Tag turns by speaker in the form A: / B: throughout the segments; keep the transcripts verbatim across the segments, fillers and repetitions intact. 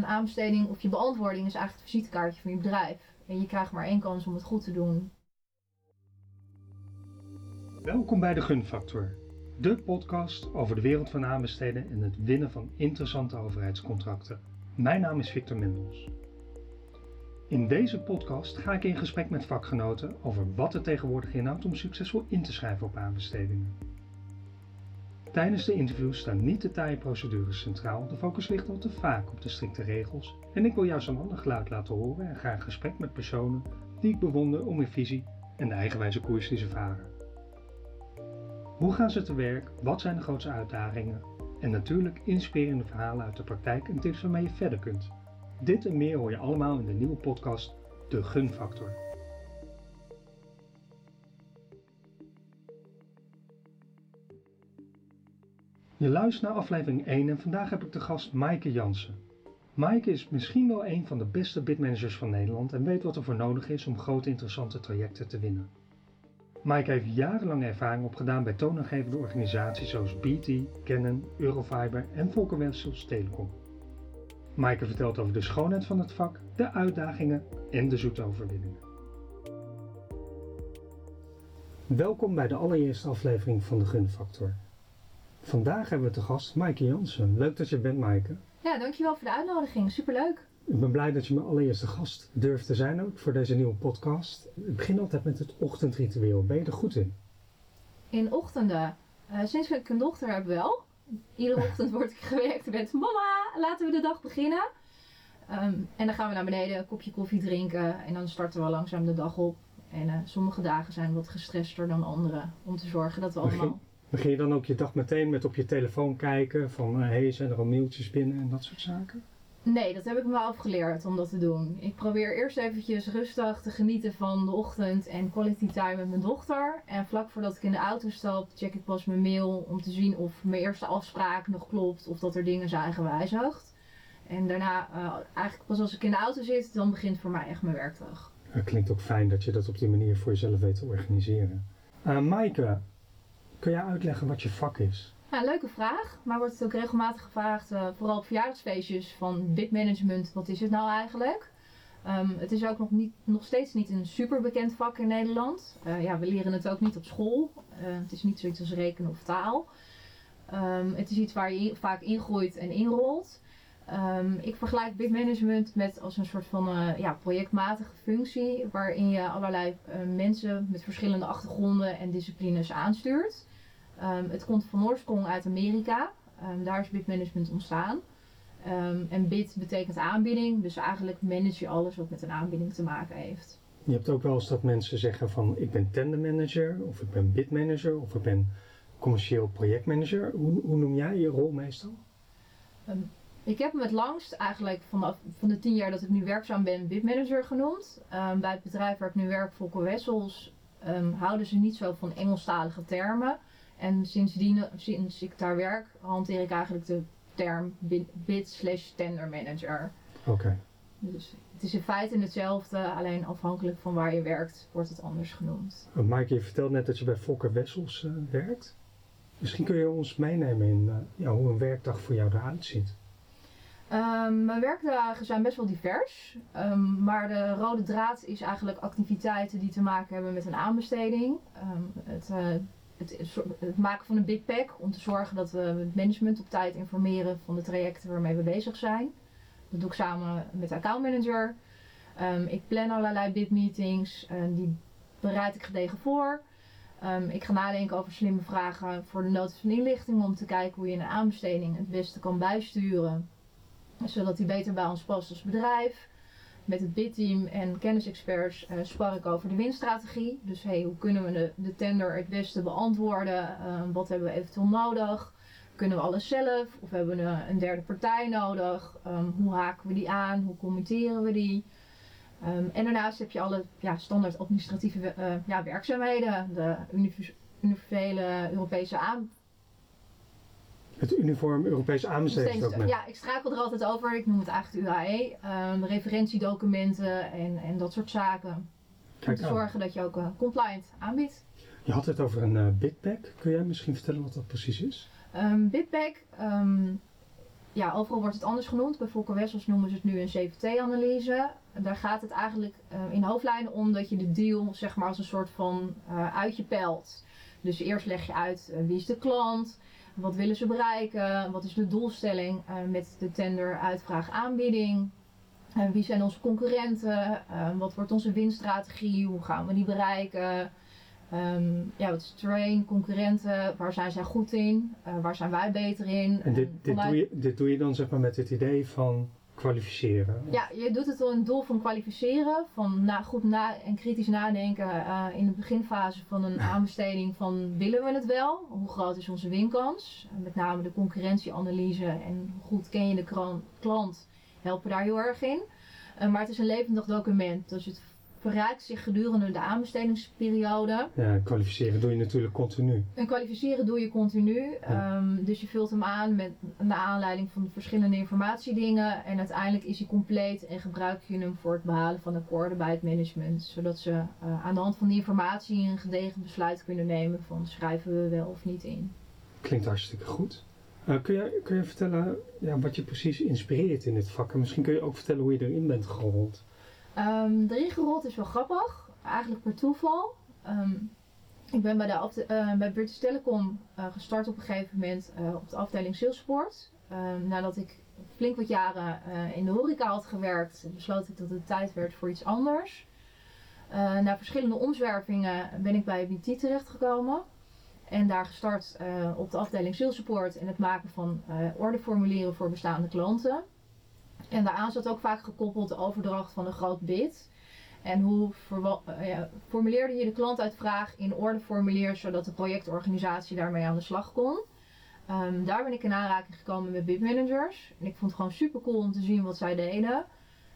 A: een aanbesteding of je beantwoording is eigenlijk het visitekaartje van je bedrijf. En je krijgt maar één kans om het goed te doen.
B: Welkom bij de Gunfactor, de podcast over de wereld van aanbesteden en het winnen van interessante overheidscontracten. Mijn naam is Victor Mendels. In deze podcast ga ik in gesprek met vakgenoten over wat het tegenwoordig inhoudt om succesvol in te schrijven op aanbestedingen. Tijdens de interviews staan niet de taaie procedures centraal, de focus ligt al te vaak op de strikte regels en ik wil juist een ander geluid laten horen en ga in gesprek met personen die ik bewonder om hun visie en de eigenwijze koers die ze varen. Hoe gaan ze te werk, wat zijn de grootste uitdagingen en natuurlijk inspirerende verhalen uit de praktijk en tips waarmee je verder kunt. Dit en meer hoor je allemaal in de nieuwe podcast De Gunfactor. Je luistert naar aflevering één en vandaag heb ik de gast Maaike Jansen. Maaike is misschien wel een van de beste bidmanagers van Nederland en weet wat er voor nodig is om grote interessante trajecten te winnen. Maaike heeft jarenlang ervaring opgedaan bij toonaangevende organisaties zoals B T, Canon, Eurofiber en Volker Wessels Telecom. Maaike vertelt over de schoonheid van het vak, de uitdagingen en de zoete overwinningen. Welkom bij de allereerste aflevering van de Gunfactor. Vandaag hebben we te gast Maaike Jansen. Leuk dat je bent, Maaike.
A: Ja, dankjewel voor de uitnodiging. Superleuk.
B: Ik ben blij dat je mijn allereerste gast durft te zijn ook voor deze nieuwe podcast. Ik begin altijd met het ochtendritueel. Ben je er goed in?
A: In ochtenden, uh, sinds ik een dochter heb wel. Iedere ochtend word ik gewekt met mama, laten we de dag beginnen. Um, en dan gaan we naar beneden, een kopje koffie drinken en dan starten we langzaam de dag op. En uh, sommige dagen zijn wat gestrester dan andere om te zorgen dat we
B: Begin,
A: allemaal...
B: Begin je dan ook je dag meteen met op je telefoon kijken van hé, hey, zijn er al mailtjes binnen en dat soort zaken?
A: Nee, dat heb ik me wel afgeleerd om dat te doen. Ik probeer eerst eventjes rustig te genieten van de ochtend en quality time met mijn dochter. En vlak voordat ik in de auto stap, check ik pas mijn mail om te zien of mijn eerste afspraak nog klopt of dat er dingen zijn gewijzigd. En daarna, uh, eigenlijk pas als ik in de auto zit, dan begint voor mij echt mijn werkdag.
B: Het klinkt ook fijn dat je dat op die manier voor jezelf weet te organiseren. Uh, Maaike, kun jij uitleggen wat je vak is?
A: Ja, leuke vraag, maar wordt het ook regelmatig gevraagd, uh, vooral op verjaardagsfeestjes, van bidmanagement, wat is het nou eigenlijk? Um, het is ook nog, niet, nog steeds niet een super bekend vak in Nederland. Uh, ja, we leren het ook niet op school. Uh, het is niet zoiets als rekenen of taal. Um, het is iets waar je vaak ingroeit en inrolt. Um, ik vergelijk bidmanagement met als een soort van uh, ja, projectmatige functie, waarin je allerlei uh, mensen met verschillende achtergronden en disciplines aanstuurt. Um, het komt van oorsprong uit Amerika, um, daar is bidmanagement ontstaan. Um, en bid betekent aanbieding, dus eigenlijk manage je alles wat met een aanbieding te maken heeft.
B: Je hebt ook wel eens dat mensen zeggen van ik ben tendermanager of ik ben bidmanager of ik ben commercieel projectmanager. Hoe, hoe noem jij je rol meestal?
A: Um, ik heb hem het langst eigenlijk vanaf van de tien jaar dat ik nu werkzaam ben bidmanager genoemd. Um, bij het bedrijf waar ik nu werk, Volker Wessels, um, houden ze niet zo van Engelstalige termen. En sindsdien, sinds ik daar werk, hanteer ik eigenlijk de term bid slash tender manager.
B: Oké. Okay.
A: Dus het is in feite hetzelfde, alleen afhankelijk van waar je werkt, wordt het anders genoemd.
B: Uh, Maaike, je vertelt net dat je bij Volker Wessels uh, werkt. Misschien kun je ons meenemen in uh, ja, hoe een werkdag voor jou eruit ziet.
A: Um, mijn werkdagen zijn best wel divers, um, maar de rode draad is eigenlijk activiteiten die te maken hebben met een aanbesteding. Um, het, uh, Het, het maken van een big pack om te zorgen dat we het management op tijd informeren van de trajecten waarmee we bezig zijn. Dat doe ik samen met de accountmanager. Um, ik plan allerlei bidmeetings, uh, die bereid ik gedegen voor. Um, ik ga nadenken over slimme vragen voor de notas van inlichting om te kijken hoe je een aanbesteding het beste kan bijsturen. Zodat die beter bij ons past als bedrijf. Met het bidteam en kennisexperts uh, spar ik over de winstrategie. Dus hey, hoe kunnen we de, de tender het beste beantwoorden? Uh, wat hebben we eventueel nodig? Kunnen we alles zelf? Of hebben we een, een derde partij nodig? Um, hoe haken we die aan? Hoe committeren we die? Um, en daarnaast heb je alle ja, standaard administratieve uh, ja, werkzaamheden. De universele Europese aan.
B: Het uniform Europees aanbestedingsdocument.
A: Ja, ik strakel er altijd over. Ik noem het eigenlijk de U A E. Um, referentiedocumenten en, en dat soort zaken. Kijk om te aan. Zorgen dat je ook uh, compliant aanbiedt.
B: Je had het over een uh, bidpack. Kun jij misschien vertellen wat dat precies is?
A: Um, bidpack um, ja, overal wordt het anders genoemd. Bij Volker Wessels noemen ze het nu een C V T-analyse. Daar gaat het eigenlijk uh, in hoofdlijnen om dat je de deal zeg maar als een soort van uh, uit je pelt. Dus eerst leg je uit uh, wie is de klant, wat willen ze bereiken, wat is de doelstelling uh, met de tender, uitvraag, aanbieding. Uh, wie zijn onze concurrenten, uh, wat wordt onze winststrategie, hoe gaan we die bereiken. Um, ja, wat is train, concurrenten, waar zijn zij goed in, uh, waar zijn wij beter in.
B: En dit,
A: um,
B: dit,
A: vanuit...
B: doe je, dit doe je dan zeg maar met het idee van kwalificeren?
A: Ja, je doet het door een doel van kwalificeren, van na, goed na en kritisch nadenken uh, in de beginfase van een aanbesteding van willen we het wel? Hoe groot is onze winkans? Uh, met name de concurrentieanalyse en hoe goed ken je de kran- klant, helpen daar heel erg in. Uh, maar het is een levendig document, dus het verrijkt zich gedurende de aanbestedingsperiode.
B: Ja, kwalificeren doe je natuurlijk continu.
A: En kwalificeren doe je continu.
B: Ja.
A: Um, dus je vult hem aan met naar aanleiding van de verschillende informatiedingen. En uiteindelijk is hij compleet en gebruik je hem voor het behalen van akkoorden bij het management. Zodat ze uh, aan de hand van die informatie een gedegen besluit kunnen nemen van schrijven we wel of niet in.
B: Klinkt hartstikke goed. Uh, kun, je, kun je vertellen ja, wat je precies inspireert in dit vak? En misschien kun je ook vertellen hoe je erin bent gerold.
A: Um, erin gerold is wel grappig, eigenlijk per toeval. Um, ik ben bij, de uh, bij British Telecom uh, gestart op een gegeven moment uh, op de afdeling Sales Support. Um, nadat ik flink wat jaren uh, in de horeca had gewerkt, besloot ik dat het tijd werd voor iets anders. Uh, na verschillende omzwervingen ben ik bij B T terechtgekomen. En daar gestart uh, op de afdeling Sales Support en het maken van uh, ordeformulieren voor bestaande klanten. En daaraan zat ook vaak gekoppeld de overdracht van een groot bid. En hoe verwa- uh, ja, formuleerde je de klantuitvraag in ordeformulier zodat de projectorganisatie daarmee aan de slag kon. Um, daar ben ik in aanraking gekomen met bidmanagers. En ik vond het gewoon super cool om te zien wat zij deden.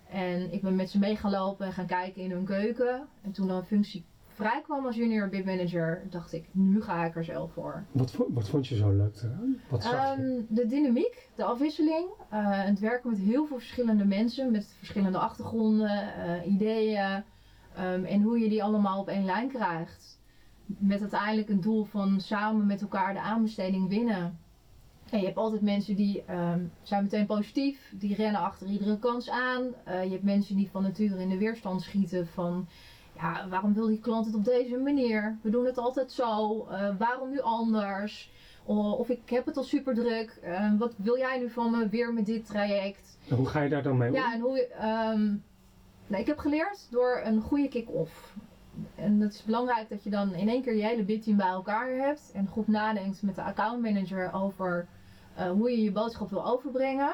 A: En ik ben met ze mee gaan lopen en gaan kijken in hun keuken. En toen er een functie vrij kwam als junior bidmanager, dacht ik, nu ga ik er zelf voor.
B: Wat, wat vond je zo leuk eraan? Wat zag je?
A: Um, de dynamiek, de afwisseling, uh, het werken met heel veel verschillende mensen, met verschillende achtergronden, uh, ideeën um, en hoe je die allemaal op één lijn krijgt. Met uiteindelijk een doel van samen met elkaar de aanbesteding winnen. En je hebt altijd mensen die um, zijn meteen positief, die rennen achter iedere kans aan. Uh, je hebt mensen die van nature in de weerstand schieten van ja, waarom wil die klant het op deze manier? We doen het altijd zo, uh, waarom nu anders? Of ik heb het al super druk, uh, wat wil jij nu van me weer met dit traject?
B: En hoe ga je daar dan mee om?
A: Ja, en hoe, um, nou, ik heb geleerd door een goede kick-off. En het is belangrijk dat je dan in één keer je hele bidteam bij elkaar hebt en goed nadenkt met de accountmanager over uh, hoe je je boodschap wil overbrengen.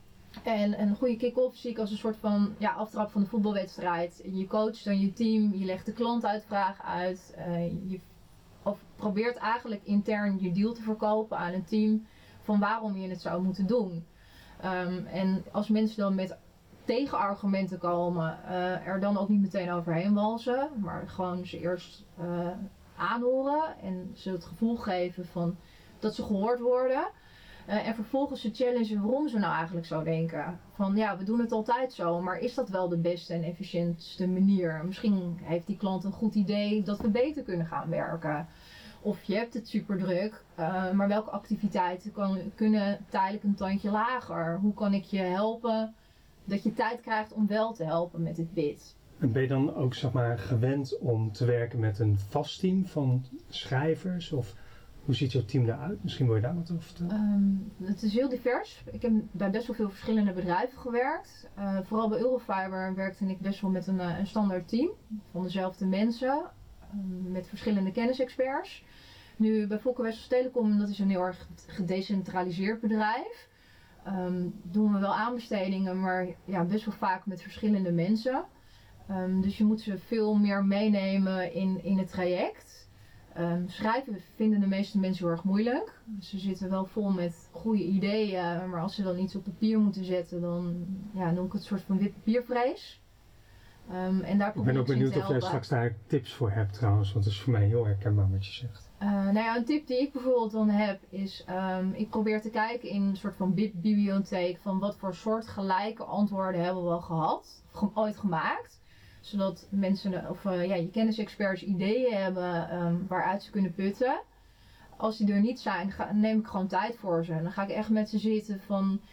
A: En een goede kick-off zie ik als een soort van ja, aftrap van de voetbalwedstrijd. Je coacht dan je team, je legt de klantuitvraag uit. Uh, je of probeert eigenlijk intern je deal te verkopen aan een team van waarom je het zou moeten doen. Um, en als mensen dan met tegenargumenten komen, uh, er dan ook niet meteen overheen walsen, maar gewoon ze eerst uh, aanhoren en ze het gevoel geven van dat ze gehoord worden. Uh, en vervolgens ze challengen waarom ze nou eigenlijk zo denken. Van ja, we doen het altijd zo, maar is dat wel de beste en efficiëntste manier? Misschien heeft die klant een goed idee dat we beter kunnen gaan werken. Of je hebt het super druk, uh, maar welke activiteiten kan, kunnen tijdelijk een tandje lager? Hoe kan ik je helpen dat je tijd krijgt om wel te helpen met dit bid?
B: En ben je dan ook zeg maar gewend om te werken met een vast team van schrijvers? Of hoe ziet jouw team eruit? Misschien wil je daar wat over vertellen?
A: Um, het is heel divers. Ik heb bij best wel veel verschillende bedrijven gewerkt. Uh, vooral bij Eurofiber werkte ik best wel met een, uh, een standaard team van dezelfde mensen. Um, met verschillende kennisexperts. Nu bij Volker Wessels Telecom, dat is een heel erg gedecentraliseerd bedrijf. Um, doen we wel aanbestedingen, maar ja, best wel vaak met verschillende mensen. Um, dus je moet ze veel meer meenemen in, in het traject. Um, schrijven vinden de meeste mensen heel erg moeilijk. Ze zitten wel vol met goede ideeën, maar als ze dan iets op papier moeten zetten, dan ja, noem ik het een soort van wit papiervrees. Um, en daar
B: ik ben ook benieuwd of jij straks daar tips voor hebt trouwens, want dat is voor mij heel herkenbaar wat je zegt.
A: Uh, nou ja, een tip die ik bijvoorbeeld dan heb is, um, ik probeer te kijken in een soort van bibliotheek van wat voor soort gelijke antwoorden hebben we al gehad, of ooit gemaakt. Zodat mensen, of uh, ja, je kennisexperts ideeën hebben um, waaruit ze kunnen putten. Als die er niet zijn, ga, neem ik gewoon tijd voor ze. En dan ga ik echt met ze zitten van,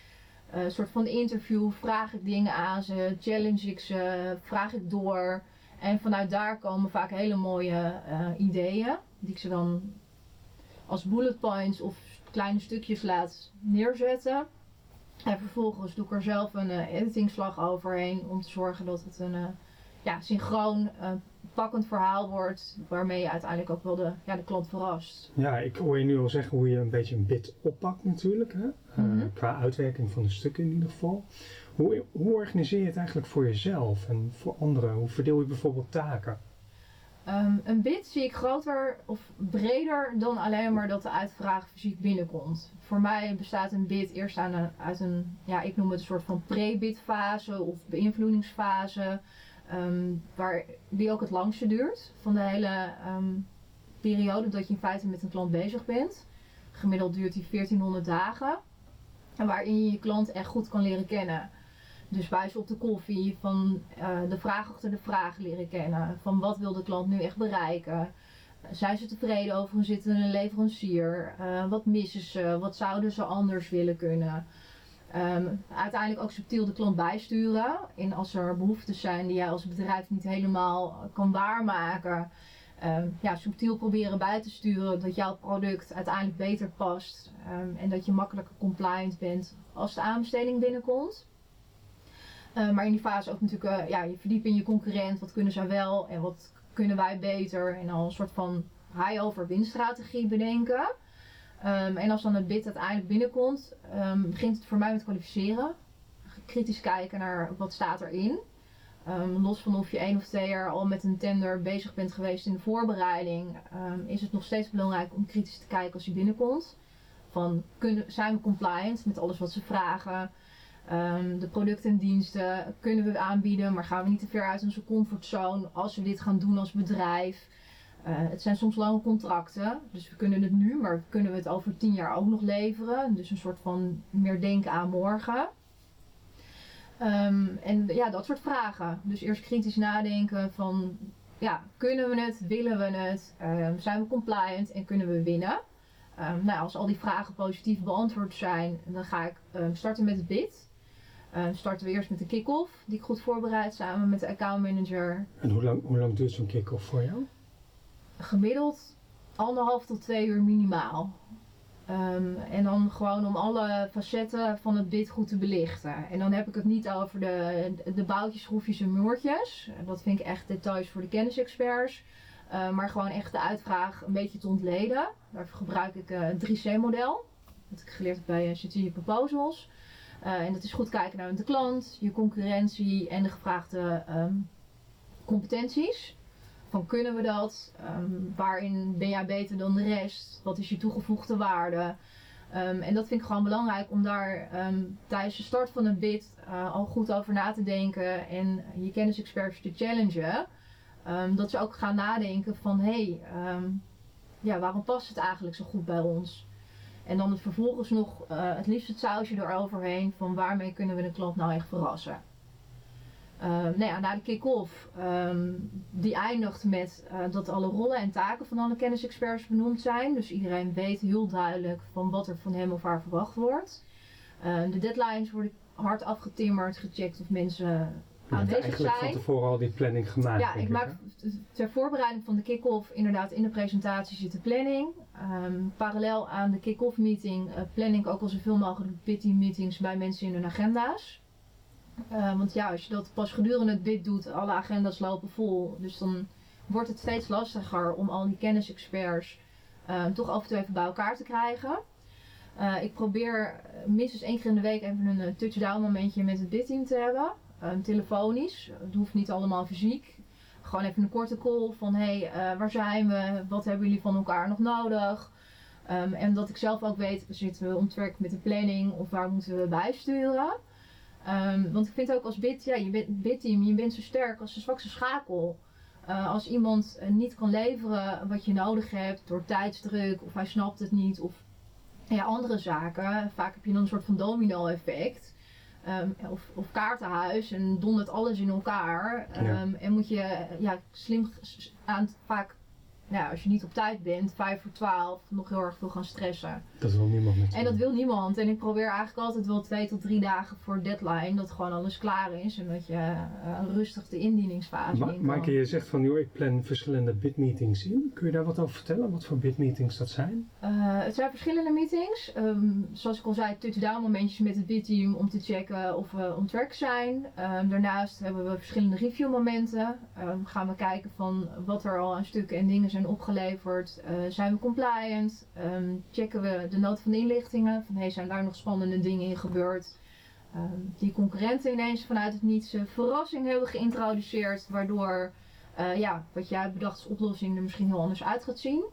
A: Uh, een soort van interview, vraag ik dingen aan ze, challenge ik ze, vraag ik door. En vanuit daar komen vaak hele mooie uh, ideeën, die ik ze dan als bullet points of kleine stukjes laat neerzetten. En vervolgens doe ik er zelf een uh, editingslag overheen om te zorgen dat het een uh, ja, synchroon, uh, pakkend verhaal wordt, waarmee je uiteindelijk ook wel de, ja, de klant verrast.
B: Ja, ik hoor je nu al zeggen hoe je een beetje een bit oppakt natuurlijk, hè?
A: Mm-hmm.
B: Uh, qua uitwerking van de stukken in ieder geval. Hoe, hoe organiseer je het eigenlijk voor jezelf en voor anderen? Hoe verdeel je bijvoorbeeld taken?
A: Um, een bit zie ik groter of breder dan alleen maar dat de uitvraag fysiek binnenkomt. Voor mij bestaat een bit eerst aan een, uit een, ja, ik noem het een soort van pre-bit fase of beïnvloedingsfase, um, waar die ook het langste duurt van de hele um, periode dat je in feite met een klant bezig bent. Gemiddeld duurt die veertienhonderd dagen, en waarin je je klant echt goed kan leren kennen. Dus wijs op de koffie, van uh, de vraag achter de vraag leren kennen. Van wat wil de klant nu echt bereiken? Zijn ze tevreden over hun zittende leverancier? Uh, wat missen ze? Wat zouden ze anders willen kunnen? Um, uiteindelijk ook subtiel de klant bijsturen. En als er behoeftes zijn die jij als bedrijf niet helemaal kan waarmaken. Um, ja, subtiel proberen bij te sturen dat jouw product uiteindelijk beter past. Um, en dat je makkelijker compliant bent als de aanbesteding binnenkomt. Uh, maar in die fase ook natuurlijk, uh, ja, je verdiept in je concurrent, wat kunnen zij wel en wat kunnen wij beter. En al een soort van high-over winstrategie bedenken. Um, en als dan het bid uiteindelijk binnenkomt, um, begint het voor mij met kwalificeren. Kritisch kijken naar wat staat erin. Um, los van of je één of twee jaar al met een tender bezig bent geweest in de voorbereiding, um, is het nog steeds belangrijk om kritisch te kijken als je binnenkomt. Van, kunnen, zijn we compliant met alles wat ze vragen? Um, de producten en diensten kunnen we aanbieden, maar gaan we niet te ver uit onze comfortzone als we dit gaan doen als bedrijf. Uh, het zijn soms lange contracten, dus we kunnen het nu, maar kunnen we het over tien jaar ook nog leveren. Dus een soort van meer denken aan morgen. Um, en ja, dat soort vragen. Dus eerst kritisch nadenken van, ja, kunnen we het, willen we het, uh, zijn we compliant en kunnen we winnen? Um, nou, als al die vragen positief beantwoord zijn, dan ga ik um, starten met het bid. Uh, starten we eerst met de kick-off, die ik goed voorbereid samen met de accountmanager.
B: En hoe lang, hoe lang duurt zo'n kick-off voor jou?
A: Gemiddeld anderhalf tot twee uur minimaal. Um, en dan gewoon om alle facetten van het bid goed te belichten. En dan heb ik het niet over de, de boutjes, schroefjes en muurtjes. Dat vind ik echt details voor de kennisexperts. Uh, maar gewoon echt de uitvraag een beetje te ontleden. Daarvoor gebruik ik uh, het drie C model. Dat ik geleerd heb bij uh, Strategic Proposals. Uh, en dat is goed kijken naar de klant, je concurrentie en de gevraagde um, competenties. Van kunnen we dat? Um, waarin ben jij beter dan de rest? Wat is je toegevoegde waarde? Um, en dat vind ik gewoon belangrijk om daar um, tijdens de start van een bid uh, al goed over na te denken en je kennisexperts te challengen. Um, dat ze ook gaan nadenken van hé, hey, um, ja, waarom past het eigenlijk zo goed bij ons? En dan het vervolgens nog uh, het liefst het sausje eroverheen van waarmee kunnen we de klant nou echt verrassen. Uh, nou ja, na de kick-off, um, die eindigt met uh, dat alle rollen en taken van alle kennisexperts benoemd zijn. Dus iedereen weet heel duidelijk van wat er van hem of haar verwacht wordt. Uh, de deadlines worden hard afgetimmerd, gecheckt of mensen aanwezig zijn.
B: Eigenlijk van tevoren al die planning gemaakt.
A: Ja, ik, ik maak ter voorbereiding van de kick-off inderdaad in de presentatie zit de planning. Um, parallel aan de kick-off meeting uh, plan ik ook al zoveel mogelijk bid-team meetings bij mensen in hun agenda's. Uh, want ja, als je dat pas gedurende het bid doet, alle agenda's lopen vol. Dus dan wordt het steeds lastiger om al die kennisexperts uh, toch af en toe even bij elkaar te krijgen. Uh, ik probeer minstens één keer in de week even een uh, touchdown momentje met het bidteam te hebben. Uh, telefonisch, het hoeft niet allemaal fysiek. Gewoon even een korte call van hé, hey, uh, waar zijn we? Wat hebben jullie van elkaar nog nodig? Um, en dat ik zelf ook weet, zitten we ontwerp met de planning of waar moeten we bijsturen? Um, want ik vind ook als bid, ja, je bent bidteam, je bent zo sterk als de zwakste schakel. Uh, als iemand uh, niet kan leveren wat je nodig hebt door tijdsdruk of hij snapt het niet of ja, andere zaken. Vaak heb je dan een soort van domino effect. Um, of, of kaartenhuis en dondert alles in elkaar. Um, ja. En moet je ja, slim aan vaak, nou, als je niet op tijd bent, vijf voor twaalf, nog heel erg veel gaan stressen.
B: Dat wil niemand natuurlijk.
A: En dat wil niemand. En ik probeer eigenlijk altijd wel twee tot drie dagen voor deadline dat gewoon alles klaar is. En dat je uh, rustig de indieningsfase
B: Ma-
A: in kan.
B: Maaike, je zegt van, joh, ik plan verschillende bidmeetings in. Kun je daar wat over vertellen? Wat voor bidmeetings dat zijn?
A: Uh, het zijn verschillende meetings. Um, zoals ik al zei, touchdown momentjes met het bidteam om te checken of we on track zijn. Um, daarnaast hebben we verschillende review momenten. Um, gaan we kijken van wat er al aan stukken en dingen zijn opgeleverd. Uh, zijn we compliant? Um, checken we de nood van de inlichtingen. Van hey, zijn daar nog spannende dingen in gebeurd? Um, die concurrenten ineens vanuit het niets een verrassing hebben geïntroduceerd. Waardoor uh, ja, wat jij bedacht als oplossing er misschien heel anders uit gaat zien.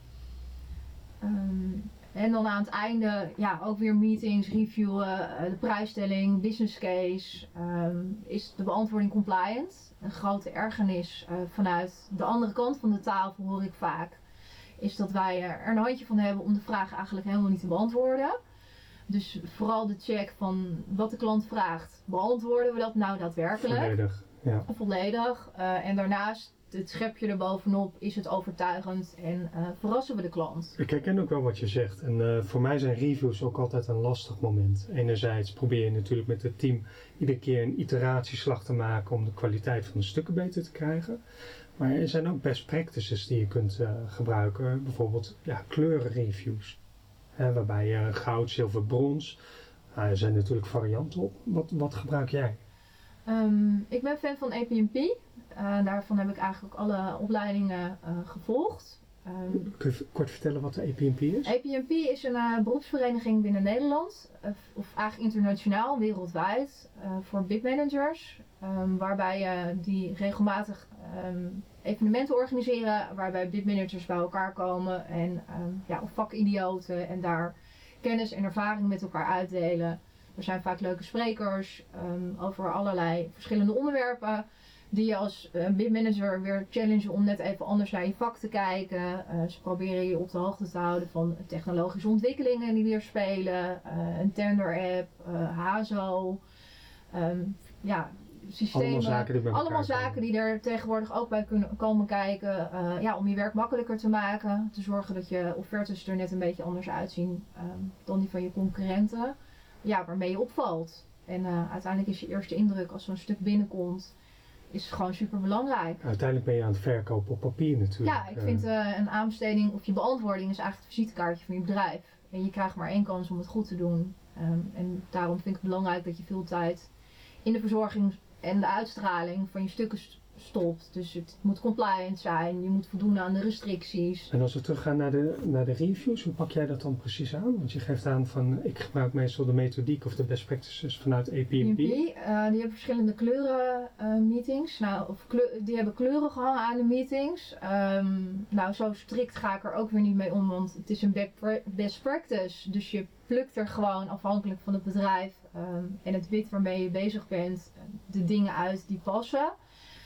A: Um, en dan aan het einde ja, ook weer meetings, reviewen, uh, de prijsstelling, business case. Um, is de beantwoording compliant? Een grote ergernis uh, vanuit de andere kant van de tafel hoor ik vaak. Is dat wij er een handje van hebben om de vraag eigenlijk helemaal niet te beantwoorden. Dus vooral de check van wat de klant vraagt, beantwoorden we dat nou daadwerkelijk?
B: Volledig, ja.
A: Volledig. Uh, en daarnaast het schepje erbovenop, is het overtuigend en uh, verrassen we de klant.
B: Ik herken ook wel wat je zegt. En uh, voor mij zijn reviews ook altijd een lastig moment. Enerzijds probeer je natuurlijk met het team iedere keer een iteratieslag te maken om de kwaliteit van de stukken beter te krijgen. Maar er zijn ook best practices die je kunt uh, gebruiken. Bijvoorbeeld ja, kleurenreviews. Hè, waarbij je uh, goud, zilver, brons. Uh, er zijn natuurlijk varianten op. Wat, wat gebruik jij?
A: Um, ik ben fan van A P M P. Uh, daarvan heb ik eigenlijk ook alle opleidingen uh, gevolgd. Um,
B: Kun je kort vertellen wat de A P M P is?
A: A P M P is een uh, beroepsvereniging binnen Nederland. Uh, of eigenlijk internationaal, wereldwijd. Uh, voor bidmanagers. Um, waarbij uh, die regelmatig um, evenementen organiseren. Waarbij bidmanagers bij elkaar komen. En um, ja, of vakidioten. En daar kennis en ervaring met elkaar uitdelen. Er zijn vaak leuke sprekers um, over allerlei verschillende onderwerpen. Die je als uh, bidmanager weer challengen om net even anders naar je vak te kijken. Uh, ze proberen je op de hoogte te houden van technologische ontwikkelingen die weer spelen. Uh, een tender app, uh, H Z O. Um, ja, systemen.
B: Allemaal zaken die bij elkaar
A: Allemaal zaken
B: komen.
A: die er tegenwoordig ook bij kunnen komen kijken. Uh, ja, om je werk makkelijker te maken. Te zorgen dat je offertes er net een beetje anders uitzien um, dan die van je concurrenten. Ja, waarmee je opvalt. En uh, uiteindelijk is je eerste indruk als zo'n stuk binnenkomt, is gewoon super belangrijk.
B: Uiteindelijk ben je aan het verkopen op papier natuurlijk.
A: Ja, ik vind uh, een aanbesteding of je beantwoording is eigenlijk het visitekaartje van je bedrijf. En je krijgt maar één kans om het goed te doen. Um, en daarom vind ik het belangrijk dat je veel tijd in de verzorging en de uitstraling van je stukken st- stopt. Dus het moet compliant zijn, je moet voldoen aan de restricties.
B: En als we teruggaan naar de, naar de reviews, hoe pak jij dat dan precies aan? Want je geeft aan van, ik gebruik meestal de methodiek of de best practices vanuit A P M P.
A: Uh, die hebben verschillende kleuren uh, meetings. Nou, of kleur, die hebben kleuren gehangen aan de meetings. Um, nou, zo strikt ga ik er ook weer niet mee om, want het is een best practice. Dus je plukt er gewoon afhankelijk van het bedrijf um, en het bid waarmee je bezig bent, de dingen uit die passen.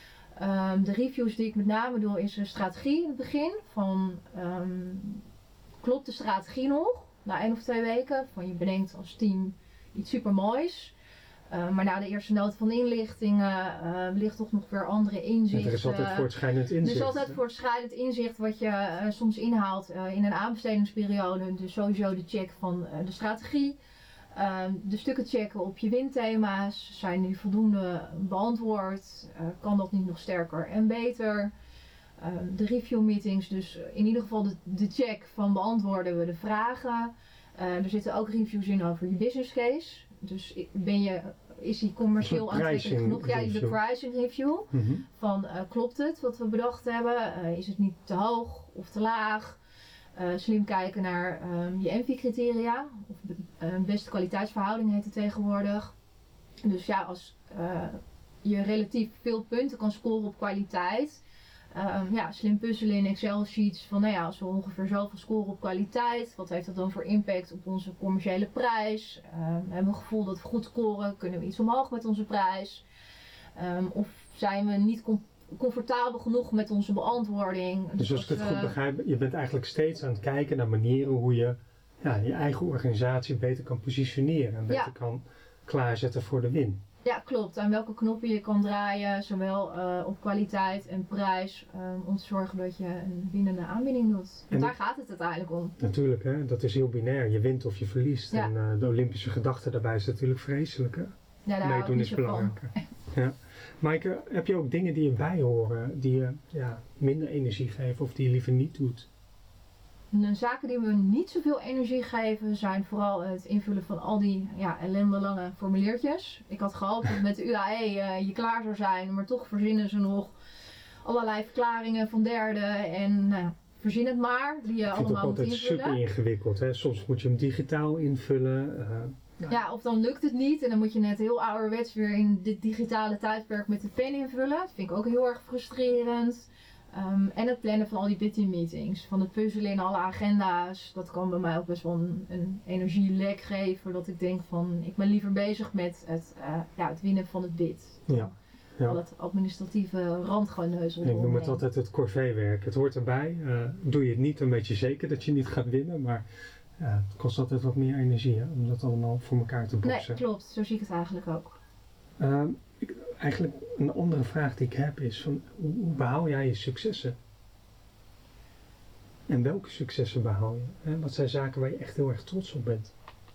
A: Um, de reviews die ik met name doe is een strategie in het begin. Van um, klopt de strategie nog? Na één of twee weken. Van je bedenkt als team iets super moois. Uh, maar na de eerste noten van de inlichtingen uh, ligt toch nog weer andere inzichten.
B: Er is altijd voortschrijdend inzicht.
A: Er is altijd voortschrijdend inzicht wat je uh, soms inhaalt uh, in een aanbestedingsperiode. Dus sowieso de check van uh, de strategie. Uh, de stukken checken op je winthema's. Zijn die voldoende beantwoord? Uh, kan dat niet nog sterker en beter? Uh, de review meetings, dus in ieder geval de, de check van beantwoorden we de vragen. Uh, er zitten ook reviews in over je business case. Dus ben je, is die commercieel aantrekkelijk genoeg? Ja, de pricing review.
B: Mm-hmm.
A: Van uh, klopt het wat we bedacht hebben? Uh, is het niet te hoog of te laag? Uh, slim kijken naar um, je M V I-criteria. Of uh, beste kwaliteitsverhouding heet het tegenwoordig. Dus ja, als uh, je relatief veel punten kan scoren op kwaliteit. Um, ja, slim puzzelen in Excel-sheets van nou ja, als we ongeveer zoveel scoren op kwaliteit, wat heeft dat dan voor impact op onze commercielle prijs? Um, we hebben een gevoel dat we goed scoren, kunnen we iets omhoog met onze prijs? Um, of zijn we niet com- comfortabel genoeg met onze beantwoording?
B: Dus, dus als ik het goed begrijp, je bent eigenlijk steeds aan het kijken naar manieren hoe je ja, je eigen organisatie beter kan positioneren en beter ja. kan klaarzetten voor de win.
A: Ja, klopt. Aan welke knoppen je kan draaien, zowel uh, op kwaliteit en prijs, um, om te zorgen dat je een winnende aanbieding doet. Want daar gaat het uiteindelijk om.
B: Natuurlijk, hè? Dat is heel binair. Je wint of je verliest. Ja. En uh, de Olympische gedachte daarbij is natuurlijk vreselijk. Hè?
A: Ja, daar
B: meedoen is belangrijker. Ja. Maaike, heb je ook dingen die je bijhoren, die je ja, minder energie geven of die je liever niet doet?
A: De zaken die me niet zoveel energie geven zijn vooral het invullen van al die ja, ellendelange formuliertjes. Ik had gehoopt dat met de U A E uh, je klaar zou zijn, maar toch verzinnen ze nog allerlei verklaringen van derden en nou, verzin het maar, die je allemaal moet invullen.
B: Ik vind het altijd super ingewikkeld. Hè? Soms moet je hem digitaal invullen. Uh,
A: ja. ja, of dan lukt het niet en dan moet je net heel ouderwets weer in dit digitale tijdperk met de pen invullen. Dat vind ik ook heel erg frustrerend. Um, en het plannen van al die B-team meetings, van het puzzelen in alle agenda's, dat kan bij mij ook best wel een, een energielek geven. Dat ik denk van, ik ben liever bezig met het, uh, ja, het winnen van het bid.
B: Ja. Ja.
A: Al het administratieve randgeneuzel.
B: Ik noem het altijd het corvée-werk. Het hoort erbij. Uh, doe je het niet, dan weet je zeker dat je niet gaat winnen. Maar uh, het kost altijd wat meer energie, hè, om dat allemaal voor elkaar te boksen.
A: Nee, klopt. Zo zie ik het eigenlijk ook.
B: Uh, ik, eigenlijk een andere vraag die ik heb is, van, hoe, hoe behaal jij je successen? En welke successen behaal je? Hè? Wat zijn zaken waar je echt heel erg trots op bent?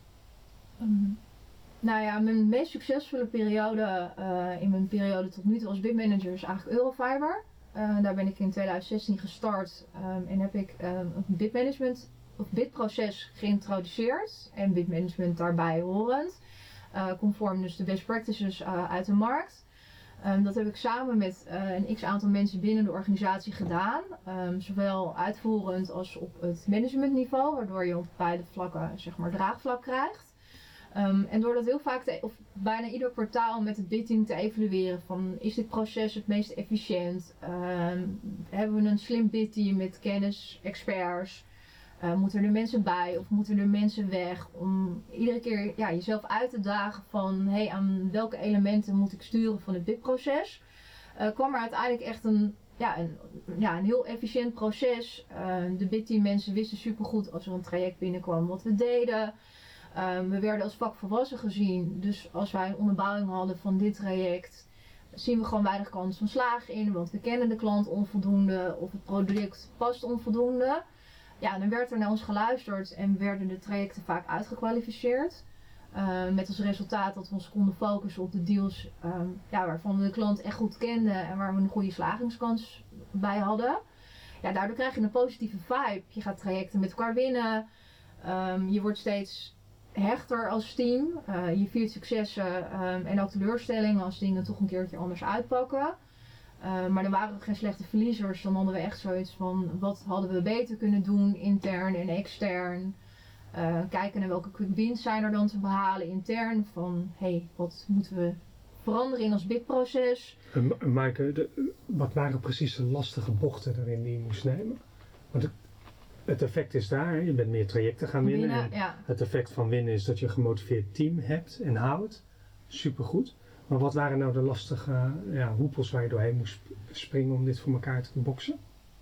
A: Um, nou ja, mijn meest succesvolle periode uh, in mijn periode tot nu toe als bidmanager is eigenlijk Eurofiber. Uh, daar ben ik in twintig zestien gestart um, en heb ik um, een bidmanagement of bidproces geïntroduceerd en bidmanagement daarbij horend. Uh, conform dus de best practices uh, uit de markt. Um, dat heb ik samen met uh, een x aantal mensen binnen de organisatie gedaan. Um, zowel uitvoerend als op het managementniveau, waardoor je op beide vlakken zeg maar draagvlak krijgt. Um, en door dat heel vaak, te, of bijna ieder kwartaal met het bidteam te evalueren van, is dit proces het meest efficiënt? Um, hebben we een slim bidteam met kennis, experts? Uh, moeten er mensen bij of moeten er mensen weg? Om iedere keer ja, jezelf uit te dagen van, hey, aan welke elementen moet ik sturen van het bidproces? Uh, kwam er uiteindelijk echt een, ja, een, ja, een heel efficiënt proces. Uh, de bidteam mensen wisten supergoed als er een traject binnenkwam wat we deden. Uh, we werden als vakvolwassen gezien, dus als wij een onderbouwing hadden van dit traject, zien we gewoon weinig kans van slagen in, want we kennen de klant onvoldoende of het product past onvoldoende. Ja, dan werd er naar ons geluisterd en werden de trajecten vaak uitgekwalificeerd. Uh, met als resultaat dat we ons konden focussen op de deals um, ja, waarvan we de klant echt goed kenden en waar we een goede slagingskans bij hadden. Ja, daardoor krijg je een positieve vibe. Je gaat trajecten met elkaar winnen. Um, je wordt steeds hechter als team. Uh, je viert successen um, en ook teleurstellingen als dingen toch een keertje anders uitpakken. Uh, maar dan waren we geen slechte verliezers. Dan hadden we echt zoiets van, wat hadden we beter kunnen doen, intern en extern. Uh, kijken naar welke quick wins zijn er dan te behalen intern. Van, hé, hey, wat moeten we veranderen in ons bidproces?
B: Uh, Maaike, de, wat waren precies de lastige bochten daarin die je moest nemen? Want het, het effect is daar, hè? Je bent meer trajecten gaan winnen.
A: winnen
B: en
A: ja.
B: Het effect van winnen is dat je een gemotiveerd team hebt en houdt. Supergoed. Maar wat waren nou de lastige ja, hoepels waar je doorheen moest springen om dit voor elkaar te boksen?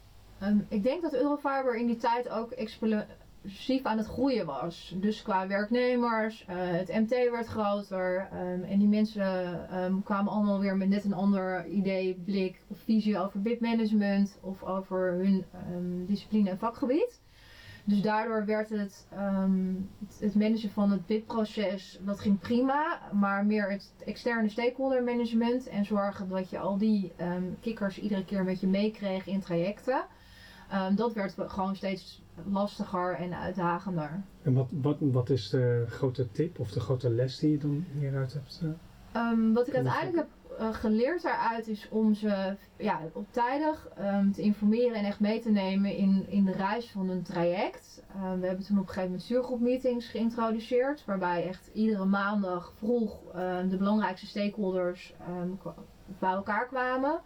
A: Um, ik denk dat Eurofiber in die tijd ook explosief aan het groeien was. Dus qua werknemers, uh, het M T werd groter um, en die mensen um, kwamen allemaal weer met net een ander idee, blik of visie over bidmanagement of over hun um, discipline en vakgebied. Dus daardoor werd het, um, het, het managen van het bidproces, dat ging prima, maar meer het externe stakeholder management en zorgen dat je al die um, kikkers iedere keer met je meekreeg in trajecten. Um, dat werd gewoon steeds lastiger en uitdagender.
B: En wat, wat, wat is de grote tip of de grote les die je dan hieruit hebt? Uh,
A: um, wat ik uiteindelijk heb uh, geleerd daaruit is om ze ja, op tijdig um, te informeren en echt mee te nemen in, in de reis van een traject. Uh, we hebben toen op een gegeven moment stuurgroepmeetings geïntroduceerd, waarbij echt iedere maandag vroeg uh, de belangrijkste stakeholders um, bij elkaar kwamen.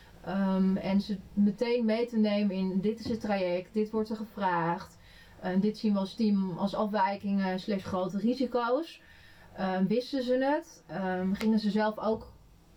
A: Um, en ze meteen mee te nemen in dit is het traject, dit wordt er gevraagd. Uh, dit zien we als team als afwijkingen slash grote risico's. Um, wisten ze het, um, gingen ze zelf ook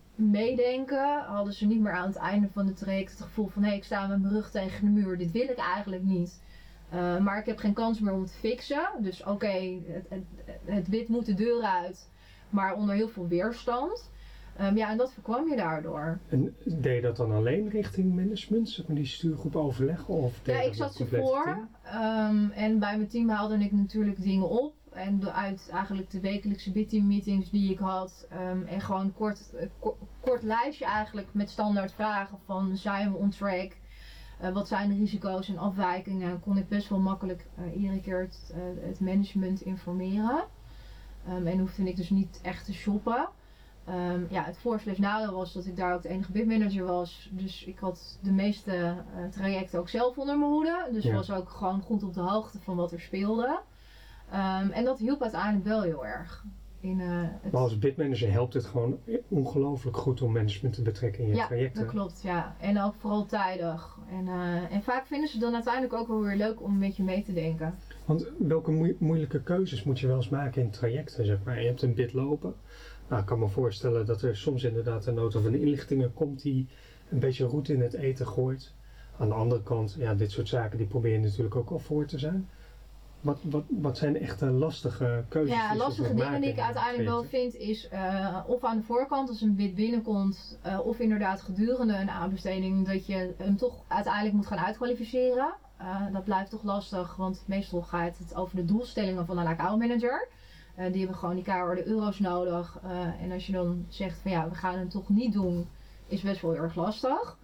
A: meedenken, hadden ze niet meer aan het einde van het traject het gevoel van hé, hey, ik sta met mijn rug tegen de muur, dit wil ik eigenlijk niet. Uh, maar ik heb geen kans meer om te fixen, dus oké, okay, het, het, het wit moet de deur uit, maar onder heel veel weerstand. Um, ja, en dat voorkwam je daardoor.
B: En deed je dat dan alleen richting management, zeg maar die stuurgroep overleggen? Of
A: ja, ik zat ze voor um, en bij mijn team haalde ik natuurlijk dingen op. En uit eigenlijk de wekelijkse bidteam meetings die ik had um, en gewoon kort, uh, ko- kort lijstje eigenlijk met standaard vragen van zijn we on track? Uh, wat zijn de risico's en afwijkingen? Kon ik best wel makkelijk uh, iedere keer het, uh, het management informeren. Um, en hoefde ik dus niet echt te shoppen. Um, ja, het voor- slash nadeel was dat ik daar ook de enige bidmanager was. Dus ik had de meeste uh, trajecten ook zelf onder mijn hoede. Dus
B: ja.
A: was ook gewoon goed op de hoogte van wat er speelde. Um, en dat hielp uiteindelijk wel heel erg. In, uh, het...
B: Maar als bidmanager helpt het gewoon ongelooflijk goed om management te betrekken in je
A: ja,
B: trajecten.
A: Ja, dat klopt. Ja. En ook vooral tijdig. En, uh, en vaak vinden ze het dan uiteindelijk ook wel weer leuk om met je mee te denken.
B: Want welke moe- moeilijke keuzes moet je wel eens maken in trajecten, zeg maar? Je hebt een bid lopen. Nou, ik kan me voorstellen dat er soms inderdaad een nota van inlichtingen komt die een beetje roet in het eten gooit. Aan de andere kant, ja, dit soort zaken die probeer je natuurlijk ook al voor te zijn. Wat, wat, wat zijn echte lastige keuzes?
A: Ja, lastige dingen die ik uiteindelijk wel
B: trajecten?
A: vind is uh, of aan de voorkant als een bid binnenkomt uh, of inderdaad gedurende een aanbesteding dat je hem toch uiteindelijk moet gaan uitkwalificeren. Uh, dat blijft toch lastig, want meestal gaat het over de doelstellingen van een account manager. Uh, die hebben gewoon die keiharde euro's nodig. Uh, en als je dan zegt van ja, we gaan het toch niet doen, is best wel heel erg lastig.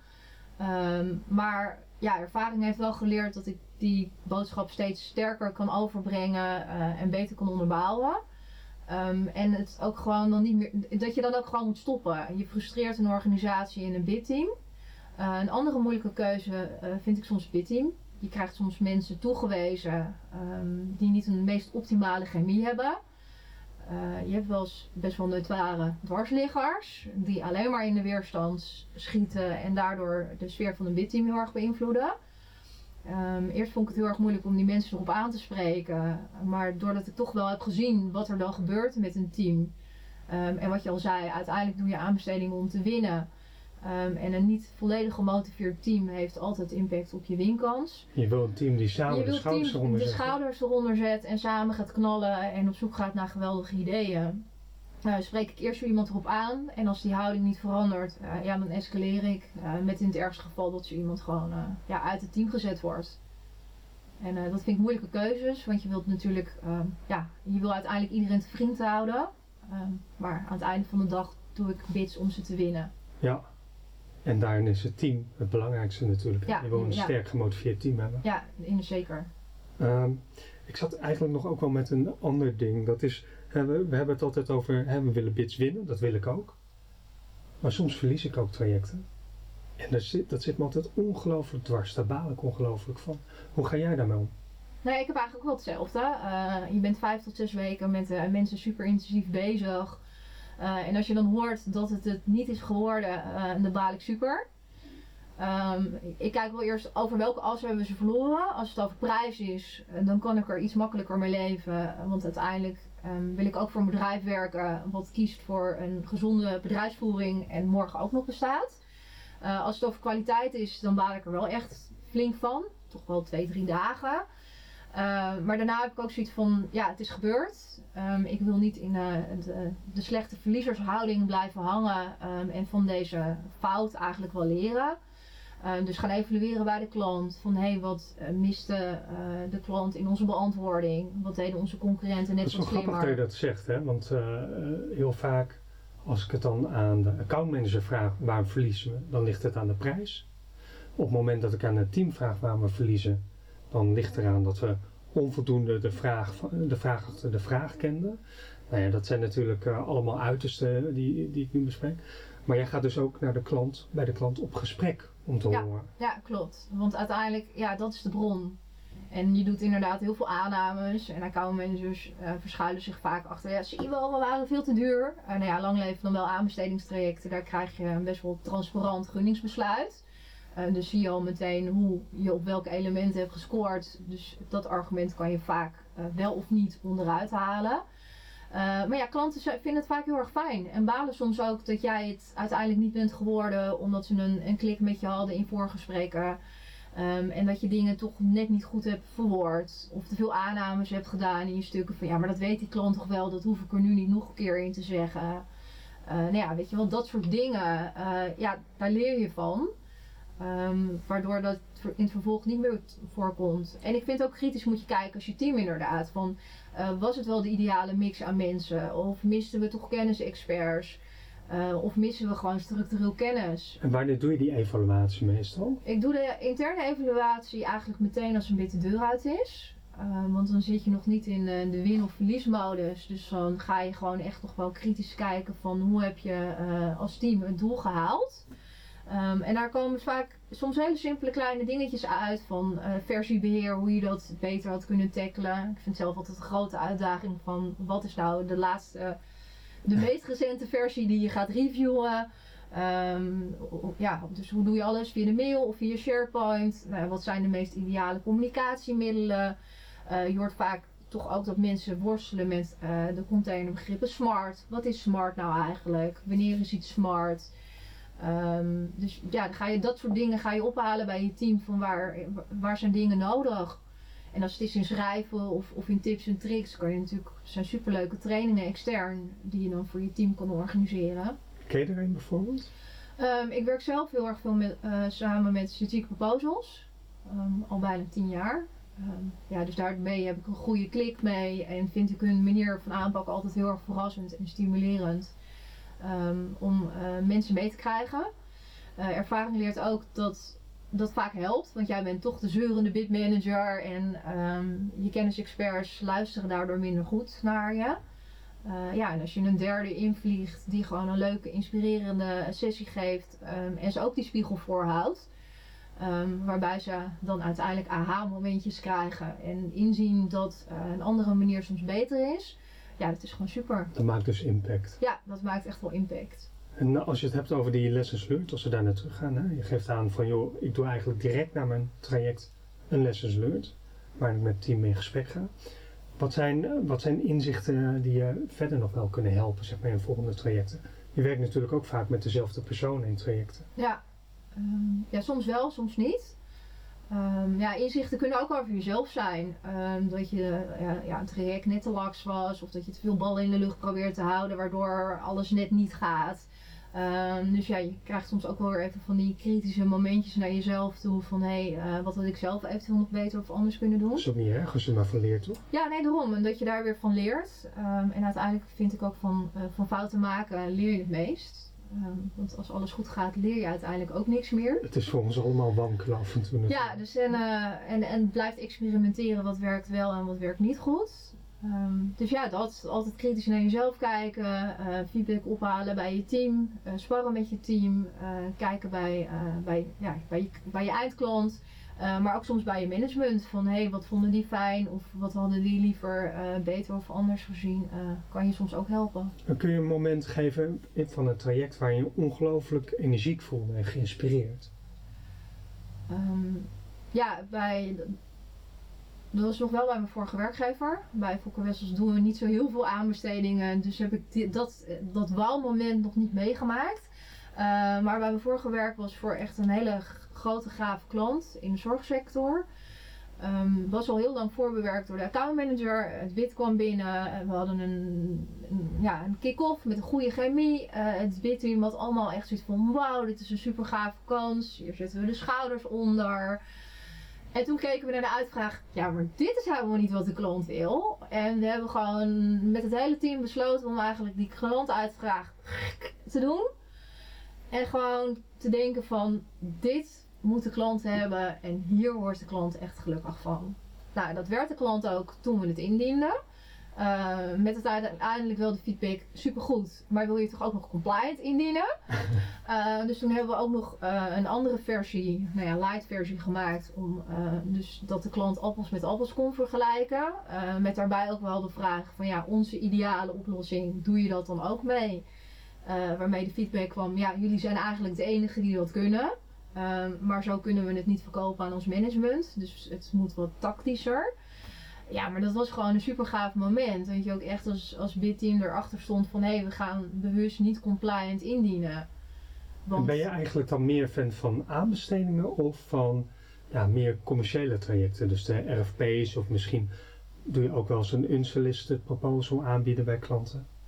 A: Um, maar ja, ervaring heeft wel geleerd dat ik die boodschap steeds sterker kan overbrengen uh, en beter kan onderbouwen. Um, en het ook gewoon dan niet meer, dat je dan ook gewoon moet stoppen. Je frustreert een organisatie in een bidteam. Uh, een andere moeilijke keuze uh, vind ik soms bidteam. Je krijgt soms mensen toegewezen um, die niet een meest optimale chemie hebben. Uh, je hebt wel eens best wel neutrale dwarsliggers die alleen maar in de weerstand schieten en daardoor de sfeer van een bidteam heel erg beïnvloeden. Um, eerst vond ik het heel erg moeilijk om die mensen erop aan te spreken, maar doordat ik toch wel heb gezien wat er dan gebeurt met een team um, en wat je al zei, uiteindelijk doe je aanbestedingen om te winnen. Um, en een niet volledig gemotiveerd team heeft altijd impact op je winkans.
B: Je wil een team die samen de schouders
A: team
B: eronder
A: de
B: zet.
A: schouders eronder zet en samen gaat knallen en op zoek gaat naar geweldige ideeën. Nou, spreek ik eerst zo iemand erop aan en als die houding niet verandert, uh, ja, dan escaleer ik. Uh, met in het ergste geval dat zo iemand gewoon uh, ja, uit het team gezet wordt. En uh, dat vind ik moeilijke keuzes, want je wilt natuurlijk, uh, ja, je wil uiteindelijk iedereen te vriend houden. Uh, maar aan het einde van de dag doe ik bits om ze te winnen.
B: Ja. En daarin is het team het belangrijkste natuurlijk.
A: Ja,
B: je wil een
A: ja.
B: sterk gemotiveerd team hebben.
A: Ja, in zeker.
B: Um, ik zat eigenlijk nog ook wel met een ander ding. Dat is, hè, we, we hebben het altijd over, hè, we willen bids winnen. Dat wil ik ook. Maar soms verlies ik ook trajecten. En dat zit, dat zit me altijd ongelooflijk dwars. Daar baal ik ongelooflijk van. Hoe ga jij daarmee om?
A: Nee, ik heb eigenlijk wel hetzelfde. Uh, je bent vijf tot zes weken met uh, mensen super intensief bezig. Uh, en als je dan hoort dat het het niet is geworden, uh, dan baal ik super. Um, ik kijk wel eerst over welke as hebben we ze verloren. Als het over prijs is, uh, dan kan ik er iets makkelijker mee leven. Want uiteindelijk um, wil ik ook voor een bedrijf werken wat kiest voor een gezonde bedrijfsvoering en morgen ook nog bestaat. Uh, als het over kwaliteit is, dan baal ik er wel echt flink van. Toch wel twee, drie dagen. Uh, maar daarna heb ik ook zoiets van, ja, het is gebeurd. Um, ik wil niet in uh, de, de slechte verliezershouding blijven hangen um, en van deze fout eigenlijk wel leren. Um, dus gaan evalueren bij de klant. Van hé, hey, wat uh, miste uh, de klant in onze beantwoording? Wat deden onze concurrenten net wat
B: slimmer? Het is wel grappig dat je dat zegt, hè? Want uh, uh, heel vaak als ik het dan aan de accountmanager vraag waarom verliezen we, dan ligt het aan de prijs. Op het moment dat ik aan het team vraag waarom we verliezen, dan ligt eraan dat we onvoldoende de vraag, de vraag achter de vraag kenden. Nou ja, dat zijn natuurlijk uh, allemaal uitersten die, die ik nu bespreek. Maar jij gaat dus ook naar de klant, bij de klant op gesprek om te
A: ja,
B: horen.
A: Ja, klopt. Want uiteindelijk, ja, dat is de bron. En je doet inderdaad heel veel aannames en accountmanagers uh, verschuilen zich vaak achter, ja, zie je wel, we waren veel te duur. Uh, nou ja, lang leven dan wel aanbestedingstrajecten, daar krijg je een best wel transparant gunningsbesluit. Uh, dus zie je al meteen hoe je op welke elementen hebt gescoord. Dus dat argument kan je vaak uh, wel of niet onderuit halen. Uh, maar ja, klanten vinden het vaak heel erg fijn. En balen soms ook dat jij het uiteindelijk niet bent geworden. Omdat ze een, een klik met je hadden in voorgesprekken. Um, en dat je dingen toch net niet goed hebt verwoord. Of te veel aannames hebt gedaan in je stukken. Van ja, maar dat weet die klant toch wel. Dat hoef ik er nu niet nog een keer in te zeggen. Uh, nou ja, weet je wel, dat soort dingen, uh, ja, daar leer je van. Um, waardoor dat in het vervolg niet meer voorkomt. En ik vind ook kritisch moet je kijken als je team inderdaad. Van, uh, was het wel de ideale mix aan mensen? Of misten we toch kennisexperts? Uh, of missen we gewoon structureel kennis?
B: En wanneer doe je die evaluatie meestal?
A: Ik doe de interne evaluatie eigenlijk meteen als een beetje de deur uit is. Uh, want dan zit je nog niet in uh, de win- of verliesmodus. Dus dan ga je gewoon echt nog wel kritisch kijken van hoe heb je uh, als team het doel gehaald. Um, en daar komen vaak soms hele simpele kleine dingetjes uit van uh, versiebeheer, hoe je dat beter had kunnen tackelen. Ik vind zelf altijd een grote uitdaging van wat is nou de laatste, uh, de meest recente versie die je gaat reviewen. Um, ja, dus hoe doe je alles via de mail of via SharePoint? Nou, wat zijn de meest ideale communicatiemiddelen? Uh, je hoort vaak toch ook dat mensen worstelen met uh, de containerbegrippen smart. Wat is smart nou eigenlijk? Wanneer is iets smart? Um, dus ja, dan ga je dat soort dingen ga je ophalen bij je team van waar, waar zijn dingen nodig. En als het is in schrijven of, of in tips en tricks, kan je natuurlijk, er zijn superleuke trainingen extern die je dan voor je team kan organiseren.
B: Ken je er een bijvoorbeeld?
A: Um, ik werk zelf heel erg veel met, uh, samen met Strategic Proposals, um, al bijna tien jaar. Um, ja, dus daarmee heb ik een goede klik mee en vind ik hun manier van aanpak altijd heel erg verrassend en stimulerend. Um, om uh, mensen mee te krijgen. Uh, ervaring leert ook dat dat vaak helpt, want jij bent toch de zeurende bidmanager en um, je kennisexperts luisteren daardoor minder goed naar je. Uh, ja, en als je een derde invliegt die gewoon een leuke, inspirerende sessie geeft um, en ze ook die spiegel voorhoudt, um, waarbij ze dan uiteindelijk aha-momentjes krijgen en inzien dat uh, een andere manier soms beter is. Ja, dat is gewoon super.
B: Dat maakt dus impact.
A: Ja, dat maakt echt wel impact.
B: En als je het hebt over die lessons learned, als we daar naar terug gaan, hè? Je geeft aan van joh, ik doe eigenlijk direct na mijn traject een lessons learned, waar ik met het team mee in gesprek ga. Wat zijn, wat zijn inzichten die je verder nog wel kunnen helpen, zeg maar, in volgende trajecten? Je werkt natuurlijk ook vaak met dezelfde personen in trajecten.
A: Ja, um, ja soms wel, soms niet. Um, ja, inzichten kunnen ook over jezelf zijn. Um, dat je uh, ja, een traject net te laks was of dat je te veel ballen in de lucht probeert te houden waardoor alles net niet gaat. Um, dus ja, je krijgt soms ook wel weer even van die kritische momentjes naar jezelf toe van hé, hey, uh, wat had ik zelf eventueel nog beter of anders kunnen doen.
B: Dat is ook niet erg als je er maar van leert, toch?
A: Ja, nee, daarom. En dat je daar weer van leert. Um, en uiteindelijk vind ik ook van, uh, van fouten maken leer je het meest. Um, want als alles goed gaat, leer je uiteindelijk ook niks meer.
B: Het is voor ons allemaal wankelen af en toe.
A: Ja, dus en, uh, en, en blijft experimenteren wat werkt wel en wat werkt niet goed. Um, dus ja, dat altijd kritisch naar jezelf kijken, uh, feedback ophalen bij je team, uh, sparren met je team, uh, kijken bij, uh, bij, ja, bij, je, bij je eindklant. Uh, maar ook soms bij je management van hé, hey, wat vonden die fijn of wat hadden die liever uh, beter of anders gezien, uh, kan je soms ook helpen.
B: Dan kun je een moment geven van een traject waar je je ongelooflijk energiek voelde en geïnspireerd.
A: Um, ja, bij, dat was nog wel bij mijn vorige werkgever. Bij Fokker Wessels doen we niet zo heel veel aanbestedingen, dus heb ik die, dat, dat wauw-moment nog niet meegemaakt. Uh, maar bij mijn vorige werk was voor echt een hele grote gave klant in de zorgsector. Um, was al heel lang voorbewerkt door de accountmanager. Het bid kwam binnen. We hadden een, een, ja, een kick-off met een goede chemie. Uh, het bidteam had allemaal echt zoiets van wauw, dit is een super gave kans. Hier zetten we de schouders onder. En toen keken we naar de uitvraag. Ja, maar dit is helemaal niet wat de klant wil. En we hebben gewoon met het hele team besloten om eigenlijk die klantuitvraag te doen. En gewoon te denken van dit moet de klant hebben en hier wordt de klant echt gelukkig van. Nou, dat werd de klant ook toen we het indienden. Uh, met het uiteindelijk wel de feedback supergoed, maar wil je toch ook nog compliant indienen? Uh, dus toen hebben we ook nog uh, een andere versie, nou ja, light versie gemaakt om uh, dus dat de klant appels met appels kon vergelijken. Uh, met daarbij ook wel de vraag van ja, onze ideale oplossing, doe je dat dan ook mee? Uh, waarmee de feedback kwam, ja, jullie zijn eigenlijk de enige die dat kunnen. Uh, maar zo kunnen we het niet verkopen aan ons management. Dus het moet wat tactischer. Ja, maar dat was gewoon een super gaaf moment. Dat je ook echt als, als bidteam erachter stond van hé, hey, we gaan bewust niet compliant indienen.
B: Want... Ben je eigenlijk dan meer fan van aanbestedingen of van ja, meer commerciële trajecten? Dus de R F P's of misschien doe je ook wel eens een unsolicited proposal aanbieden bij klanten?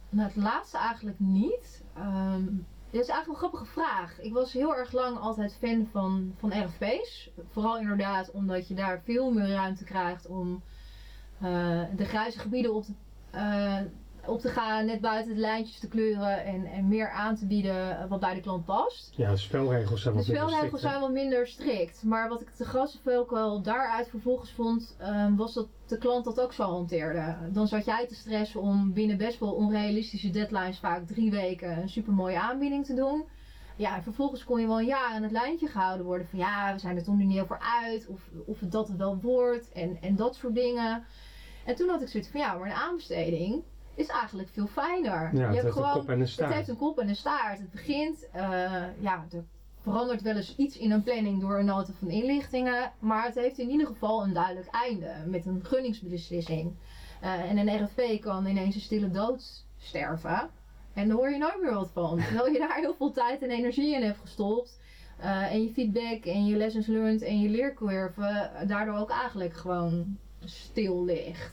A: Nou, het laatste eigenlijk niet. Um, dit is eigenlijk een grappige vraag. Ik was heel erg lang altijd fan van, van R F P's. Vooral inderdaad omdat je daar veel meer ruimte krijgt om uh, de grijze gebieden op te, uh, op te gaan, net buiten de lijntjes te kleuren en, en meer aan te bieden wat bij de klant past.
B: Ja, de spelregels zijn
A: de
B: wat minder strikt.
A: De spelregels zijn wat minder strikt. Maar wat ik de grootste valkuil daaruit vervolgens vond, um, was dat de klant dat ook zo hanteerde. Dan zat jij te stressen om binnen best wel onrealistische deadlines, vaak drie weken, een supermooie aanbieding te doen. Ja, en vervolgens kon je wel een jaar aan het lijntje gehouden worden van ja, we zijn er toch nu niet over uit, of, of het dat het wel wordt en, en dat soort dingen. En toen had ik zoiets van ja, maar een aanbesteding is eigenlijk veel fijner.
B: Ja,
A: je
B: het
A: hebt
B: heeft
A: gewoon,
B: een kop en een staart.
A: Het heeft een kop en een staart. Het begint, uh, ja, er verandert wel eens iets in een planning door een nota van inlichtingen, maar het heeft in ieder geval een duidelijk einde met een gunningsbeslissing. Uh, en een R F P kan ineens een stille dood sterven en daar hoor je nooit meer wat van. Terwijl je daar heel veel tijd en energie in hebt gestopt uh, en je feedback en je lessons learned en je leercurve daardoor ook eigenlijk gewoon stil ligt.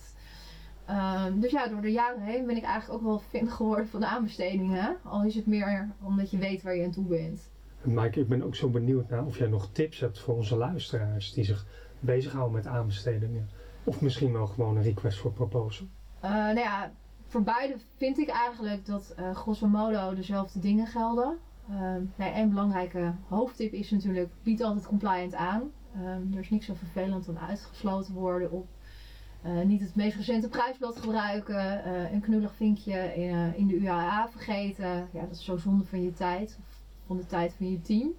A: Um, dus ja, door de jaren heen ben ik eigenlijk ook wel fan geworden van de aanbestedingen. Al is het meer omdat je weet waar je aan toe bent.
B: Mike, ik ben ook zo benieuwd naar of jij nog tips hebt voor onze luisteraars die zich bezighouden met aanbestedingen. Of misschien wel gewoon een request voor proposal.
A: Uh, nou ja, voor beide vind ik eigenlijk dat uh, grosso modo dezelfde dingen gelden. Um, nou, een belangrijke hoofdtip is natuurlijk, bied altijd compliant aan. Um, er is niks zo vervelend dan uitgesloten worden op Uh, niet het meest recente prijsblad gebruiken, uh, een knullig vinkje in, uh, in de U A A vergeten. Ja, dat is zo zonde van je tijd, of van de tijd van je team.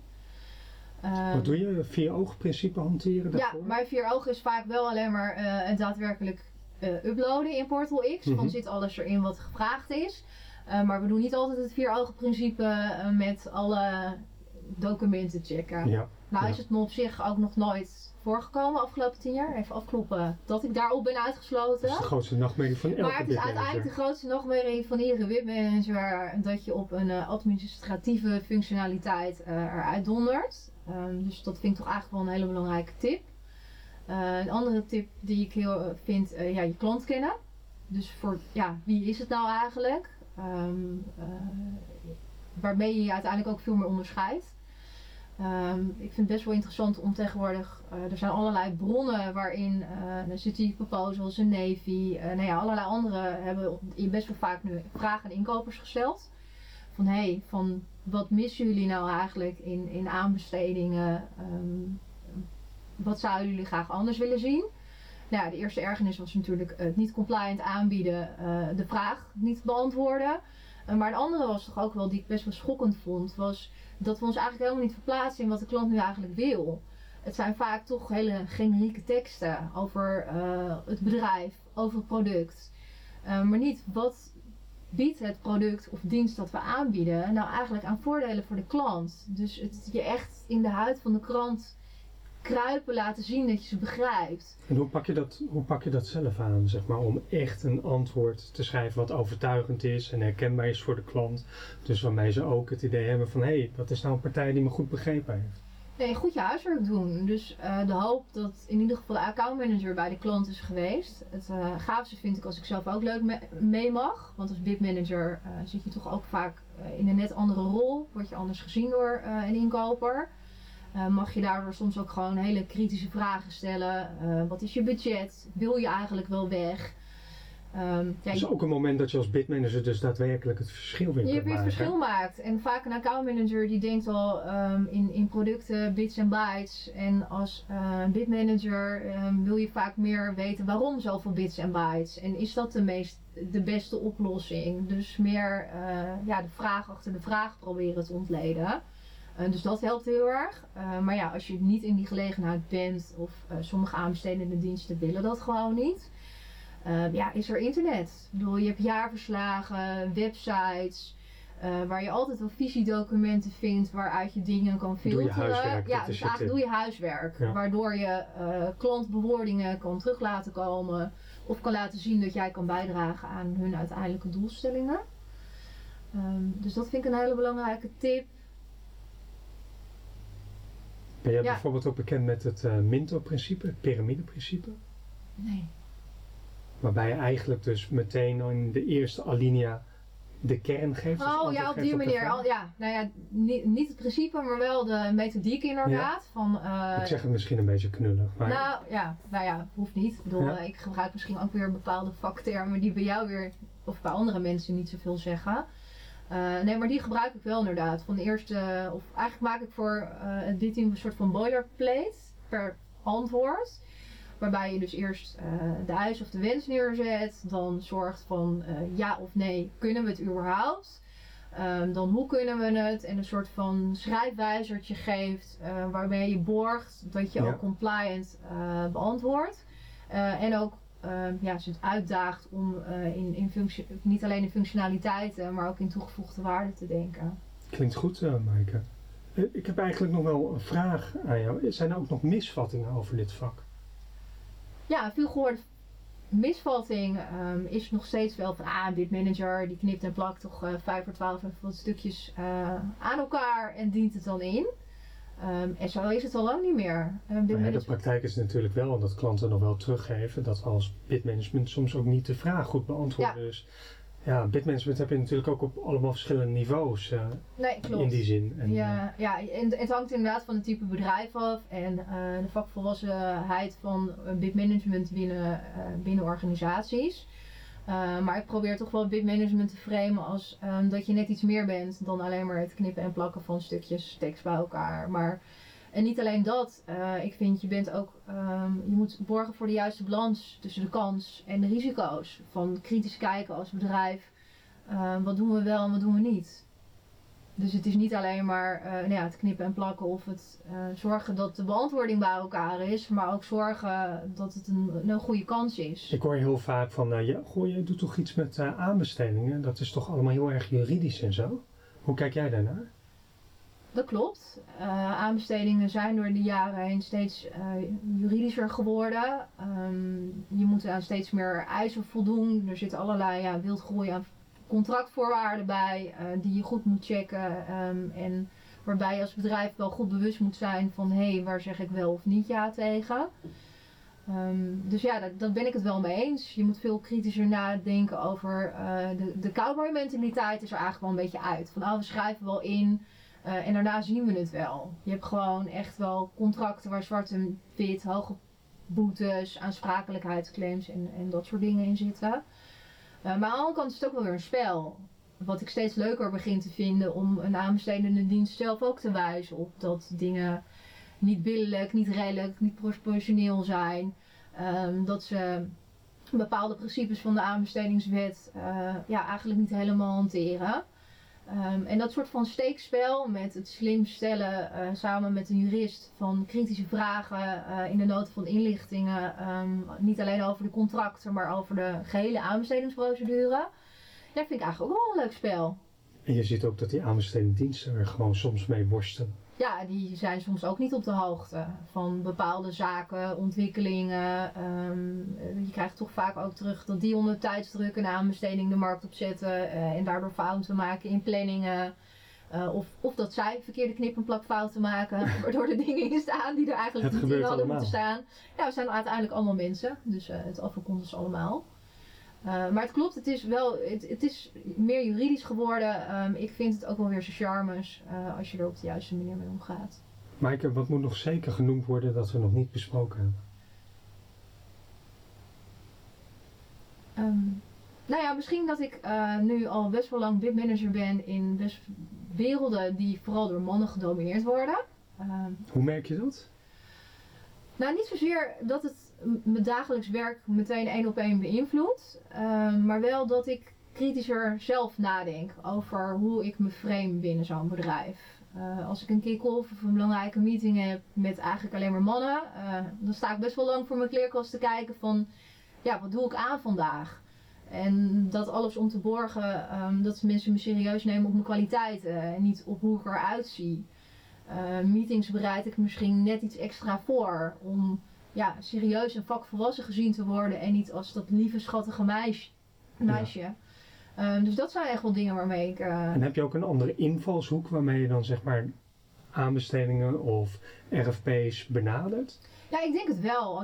A: Uh,
B: Wat doe je? Vier ogen principe hanteren daarvoor?
A: Ja, maar vier ogen is vaak wel alleen maar uh, het daadwerkelijk uh, uploaden in Portal X. Mm-hmm. Dan zit alles erin wat gevraagd is. Uh, maar we doen niet altijd het vier ogen principe uh, met alle documenten checken.
B: Ja,
A: nou
B: ja.
A: is het me op zich ook nog nooit voorgekomen afgelopen tien jaar. Even afkloppen dat ik daarop ben uitgesloten.
B: Dat is de grootste nachtmerrie van elke
A: Maar het is
B: webmanager.
A: uiteindelijk de grootste nachtmerrie van iedere webmanager dat je op een uh, administratieve functionaliteit uh, eruit dondert. Um, dus dat vind ik toch eigenlijk wel een hele belangrijke tip. Uh, een andere tip die ik heel uh, vind, uh, ja, je klant kennen. Dus voor, ja, wie is het nou eigenlijk? Um, uh, waarmee je je uiteindelijk ook veel meer onderscheidt. Um, ik vind het best wel interessant om tegenwoordig, uh, er zijn allerlei bronnen waarin uh, de City Proposals en Navy, uh, nou ja, allerlei andere hebben best wel vaak nu vragen aan inkopers gesteld. Van hé, hey, van wat missen jullie nou eigenlijk in, in aanbestedingen? Um, wat zouden jullie graag anders willen zien? Nou ja, de eerste ergernis was natuurlijk het niet compliant aanbieden, uh, de vraag niet beantwoorden. Uh, maar de andere was toch ook wel, die ik best wel schokkend vond, was dat we ons eigenlijk helemaal niet verplaatsen in wat de klant nu eigenlijk wil. Het zijn vaak toch hele generieke teksten over uh, het bedrijf, over het product. Uh, maar niet wat biedt het product of dienst dat we aanbieden nou eigenlijk aan voordelen voor de klant. Dus het je echt in de huid van de klant kruipen, laten zien dat je ze begrijpt.
B: En hoe pak je dat, hoe pak je dat zelf aan, zeg maar, om echt een antwoord te schrijven wat overtuigend is en herkenbaar is voor de klant. Dus waarmee ze ook het idee hebben van, hé, hey, dat is nou een partij die me goed begrepen heeft.
A: Nee, goed je huiswerk doen. Dus uh, de hoop dat in ieder geval de accountmanager bij de klant is geweest. Het uh, gaafste vind ik als ik zelf ook leuk me- mee mag. Want als bidmanager uh, zit je toch ook vaak uh, in een net andere rol. Word je anders gezien door uh, een inkoper. Uh, mag je daardoor soms ook gewoon hele kritische vragen stellen. Uh, wat is je budget? Wil je eigenlijk wel weg? Um, ja,
B: dat is ook een moment dat je als bidmanager dus daadwerkelijk het verschil weer
A: je
B: kunt
A: weer het
B: maken.
A: verschil maakt. En vaak een accountmanager die denkt al um, in, in producten, bits en bytes. En als uh, bidmanager um, wil je vaak meer weten waarom zoveel bits en bytes. En is dat de, meest, de beste oplossing? Dus meer uh, ja, de vraag achter de vraag proberen te ontleden. Uh, dus dat helpt heel erg. Uh, maar ja, als je niet in die gelegenheid bent of uh, sommige aanbestedende diensten willen dat gewoon niet. Uh, ja, is er internet. Ik bedoel, je hebt jaarverslagen, websites, uh, waar je altijd wel visiedocumenten vindt waaruit je dingen kan filteren.
B: Doe je huiswerk.
A: Ja, dus eigenlijk doe je huiswerk. Ja. Waardoor je uh, klantbewoordingen kan terug laten komen of kan laten zien dat jij kan bijdragen aan hun uiteindelijke doelstellingen. Um, dus dat vind ik een hele belangrijke tip.
B: Ben jij
A: ja.
B: bijvoorbeeld ook bekend met het uh, Minto-principe, het piramideprincipe?
A: Nee.
B: Waarbij je eigenlijk dus meteen in de eerste alinea de kern geeft.
A: Oh ja, op die manier. Al, ja, nou ja, niet, niet het principe, maar wel de methodiek inderdaad. Ja. Van, uh,
B: ik zeg het misschien een beetje knullig. Maar...
A: Nou ja, nou ja, hoeft niet. Ik bedoel, ja. ik gebruik misschien ook weer bepaalde vaktermen die bij jou weer, of bij andere mensen niet zoveel zeggen. Uh, nee, maar die gebruik ik wel inderdaad. Van de eerste, of eigenlijk maak ik voor uh, het bidteam een soort van boilerplate per antwoord. Waarbij je dus eerst uh, de eis of de wens neerzet. Dan zorgt van uh, ja of nee, kunnen we het überhaupt? Um, dan hoe kunnen we het? En een soort van schrijfwijzertje geeft. Uh, waarmee je borgt dat je ja. ook compliant uh, beantwoordt. Uh, en ook uh, ja, ze het uitdaagt om uh, in, in functie, niet alleen in functionaliteiten, maar ook in toegevoegde waarde te denken.
B: Klinkt goed, uh, Maaike. Uh, ik heb eigenlijk nog wel een vraag aan jou. Zijn er ook nog misvattingen over dit vak?
A: Ja, een veel gehoorde misvatting um, is nog steeds wel van ah, een bidmanager die knipt en plakt toch uh, vijf voor twaalf even wat stukjes uh, aan elkaar en dient het dan in. Um, en zo is het al lang niet meer. Um,
B: maar ja, de praktijk is natuurlijk wel dat klanten nog wel teruggeven dat we als bidmanagement soms ook niet de vraag goed beantwoorden. Ja. Dus ja, bidmanagement heb je natuurlijk ook op allemaal verschillende niveaus uh,
A: nee, klopt.
B: in die zin. En,
A: ja, ja en het hangt inderdaad van het type bedrijf af en uh, de vakvolwassenheid van uh, bidmanagement binnen, uh, binnen organisaties. Uh, maar ik probeer toch wel bidmanagement te framen als um, dat je net iets meer bent dan alleen maar het knippen en plakken van stukjes tekst bij elkaar. Maar, en niet alleen dat, uh, ik vind je bent ook, um, je moet borgen voor de juiste balans tussen de kans en de risico's. Van kritisch kijken als bedrijf, uh, wat doen we wel en wat doen we niet. Dus het is niet alleen maar uh, nou ja, het knippen en plakken of het uh, zorgen dat de beantwoording bij elkaar is, maar ook zorgen dat het een, een goede kans is.
B: Ik hoor heel vaak van, uh, ja, goh, je doet toch iets met uh, aanbestedingen, dat is toch allemaal heel erg juridisch en zo? Hoe kijk jij daarnaar?
A: Dat klopt. Uh, aanbestedingen zijn door de jaren heen steeds uh, juridischer geworden. Um, je moet aan steeds meer eisen voldoen. Er zitten allerlei ja, wildgroei aan contractvoorwaarden bij uh, die je goed moet checken. Um, en waarbij je als bedrijf wel goed bewust moet zijn van hé, hey, waar zeg ik wel of niet ja tegen. Um, dus ja, dat, dat ben ik het wel mee eens. Je moet veel kritischer nadenken over uh, de, de cowboy mentaliteit is er eigenlijk wel een beetje uit. Van oh, we schrijven wel in. Uh, en daarna zien we het wel. Je hebt gewoon echt wel contracten waar zwart en wit, hoge boetes, aansprakelijkheidsclaims en, en dat soort dingen in zitten. Uh, maar aan de andere kant is het ook wel weer een spel. Wat ik steeds leuker begin te vinden om een aanbestedende dienst zelf ook te wijzen op dat dingen niet billijk, niet redelijk, niet proportioneel zijn. Um, dat ze bepaalde principes van de aanbestedingswet uh, ja, eigenlijk niet helemaal hanteren. Um, en dat soort van steekspel met het slim stellen uh, samen met een jurist van kritische vragen uh, in de noten van inlichtingen. Um, niet alleen over de contracten, maar over de gehele aanbestedingsprocedure. Dat vind ik eigenlijk ook wel een leuk spel.
B: En je ziet ook dat die aanbestedende diensten er gewoon soms mee worstelen.
A: Ja, die zijn soms ook niet op de hoogte van bepaalde zaken, ontwikkelingen. Um, je krijgt toch vaak ook terug dat die onder tijdsdruk een aanbesteding de markt opzetten uh, en daardoor fouten maken in planningen. Uh, of, of dat zij verkeerde knip- en plakfouten maken, waardoor er dingen in staan die er eigenlijk niet in hadden allemaal. moeten staan. Ja, we zijn uiteindelijk allemaal mensen, dus uh, het overkomt ons allemaal. Uh, maar het klopt, het is wel, het, het is meer juridisch geworden. Um, ik vind het ook wel weer zijn charmes uh, als je er op de juiste manier mee omgaat.
B: Maaike, wat moet nog zeker genoemd worden dat we nog niet besproken hebben?
A: Um, nou ja, misschien dat ik uh, nu al best wel lang bidmanager ben in best werelden die vooral door mannen gedomineerd worden. Um,
B: Hoe merk je dat?
A: Nou, niet zozeer dat het mijn dagelijks werk meteen één op één beïnvloedt, uh, maar wel dat ik kritischer zelf nadenk over hoe ik me frame binnen zo'n bedrijf. Uh, als ik een kick-off of een belangrijke meeting heb met eigenlijk alleen maar mannen, uh, dan sta ik best wel lang voor mijn kleerkast te kijken van, ja, wat doe ik aan vandaag? En dat alles om te borgen um, dat mensen me serieus nemen op mijn kwaliteiten en niet op hoe ik eruit zie. Uh, meetings bereid ik misschien net iets extra voor om ja, serieus en vakvolwassen gezien te worden en niet als dat lieve schattige meisje. meisje. Ja. Um, dus dat zijn echt wel dingen waarmee ik... Uh...
B: En heb je ook een andere invalshoek waarmee je dan zeg maar aanbestedingen of R F P's benadert?
A: Ja, ik denk het wel. Als ik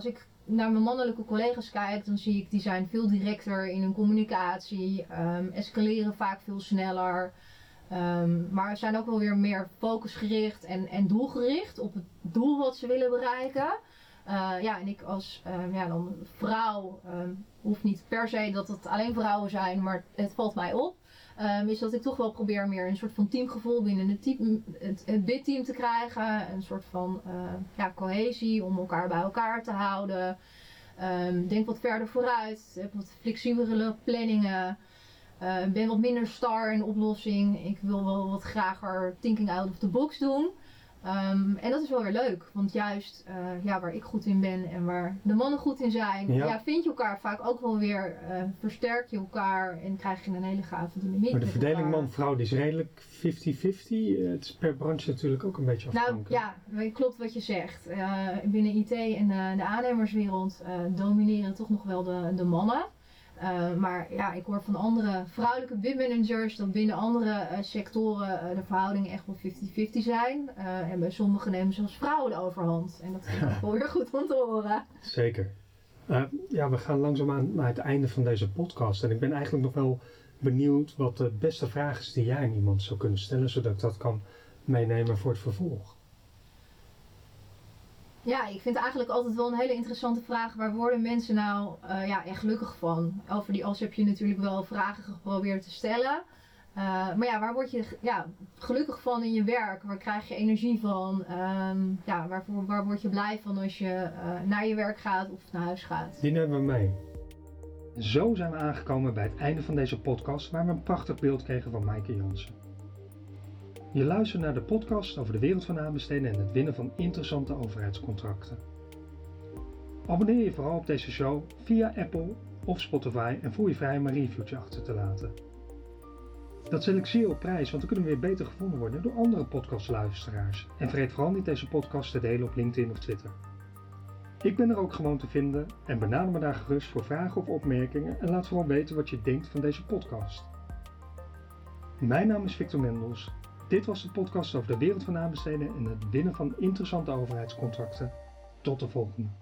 A: naar mijn mannelijke collega's kijk, dan zie ik die zijn veel directer in hun communicatie, um, escaleren vaak veel sneller. Um, maar zijn ook wel weer meer focusgericht en, en doelgericht op het doel wat ze willen bereiken. Uh, ja, en ik als um, ja, dan vrouw, um, hoeft niet per se dat het alleen vrouwen zijn, maar het valt mij op. Um, is dat ik toch wel probeer meer een soort van teamgevoel binnen het, team, het, het bidteam te krijgen. Een soort van uh, ja, cohesie om elkaar bij elkaar te houden. Um, denk wat verder vooruit, heb wat flexibelere planningen. Ik uh, ben wat minder star in oplossing. Ik wil wel wat grager thinking out of the box doen. Um, en dat is wel weer leuk, want juist uh, ja, waar ik goed in ben en waar de mannen goed in zijn, ja. Ja, vind je elkaar vaak ook wel weer, uh, versterk je elkaar en krijg je een hele gave dynamiek.
B: Maar de verdeling man-vrouw is redelijk vijftig vijftig. Het is per branche natuurlijk ook een beetje afhankelijk.
A: Nou ja, klopt wat je zegt. Uh, binnen I T en uh, de aannemerswereld uh, domineren toch nog wel de, de mannen. Uh, maar ja, ik hoor van andere vrouwelijke bidmanagers dat binnen andere uh, sectoren uh, de verhoudingen echt wel vijftig vijftig zijn. Uh, en bij sommigen nemen zelfs vrouwen de overhand. En dat vind ik wel weer goed om te horen.
B: Zeker. Uh, ja, we gaan langzaamaan naar het einde van deze podcast. En ik ben eigenlijk nog wel benieuwd wat de beste vraag is die jij aan iemand zou kunnen stellen, zodat ik dat kan meenemen voor het vervolg.
A: Ja, ik vind eigenlijk altijd wel een hele interessante vraag. Waar worden mensen nou uh, ja, echt gelukkig van? Over die as heb je natuurlijk wel vragen geprobeerd te stellen. Uh, maar ja, waar word je ja, gelukkig van in je werk? Waar krijg je energie van? Um, ja, waarvoor, waar word je blij van als je uh, naar je werk gaat of naar huis gaat?
B: Die nemen we mee. Zo zijn we aangekomen bij het einde van deze podcast, waar we een prachtig beeld kregen van Maaike Jansen. Je luistert naar de podcast over de wereld van aanbesteden en het winnen van interessante overheidscontracten. Abonneer je vooral op deze show via Apple of Spotify en voel je vrij om een reviewtje achter te laten. Dat stel ik zeer op prijs, want dan kunnen we weer beter gevonden worden door andere podcastluisteraars. En vergeet vooral niet deze podcast te delen op LinkedIn of Twitter. Ik ben er ook gewoon te vinden en benader me daar gerust voor vragen of opmerkingen en laat vooral weten wat je denkt van deze podcast. Mijn naam is Victor Mendels. Dit was de podcast over de wereld van aanbesteden en het winnen van interessante overheidscontracten. Tot de volgende.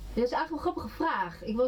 A: Dit is eigenlijk een grappige vraag. Ik was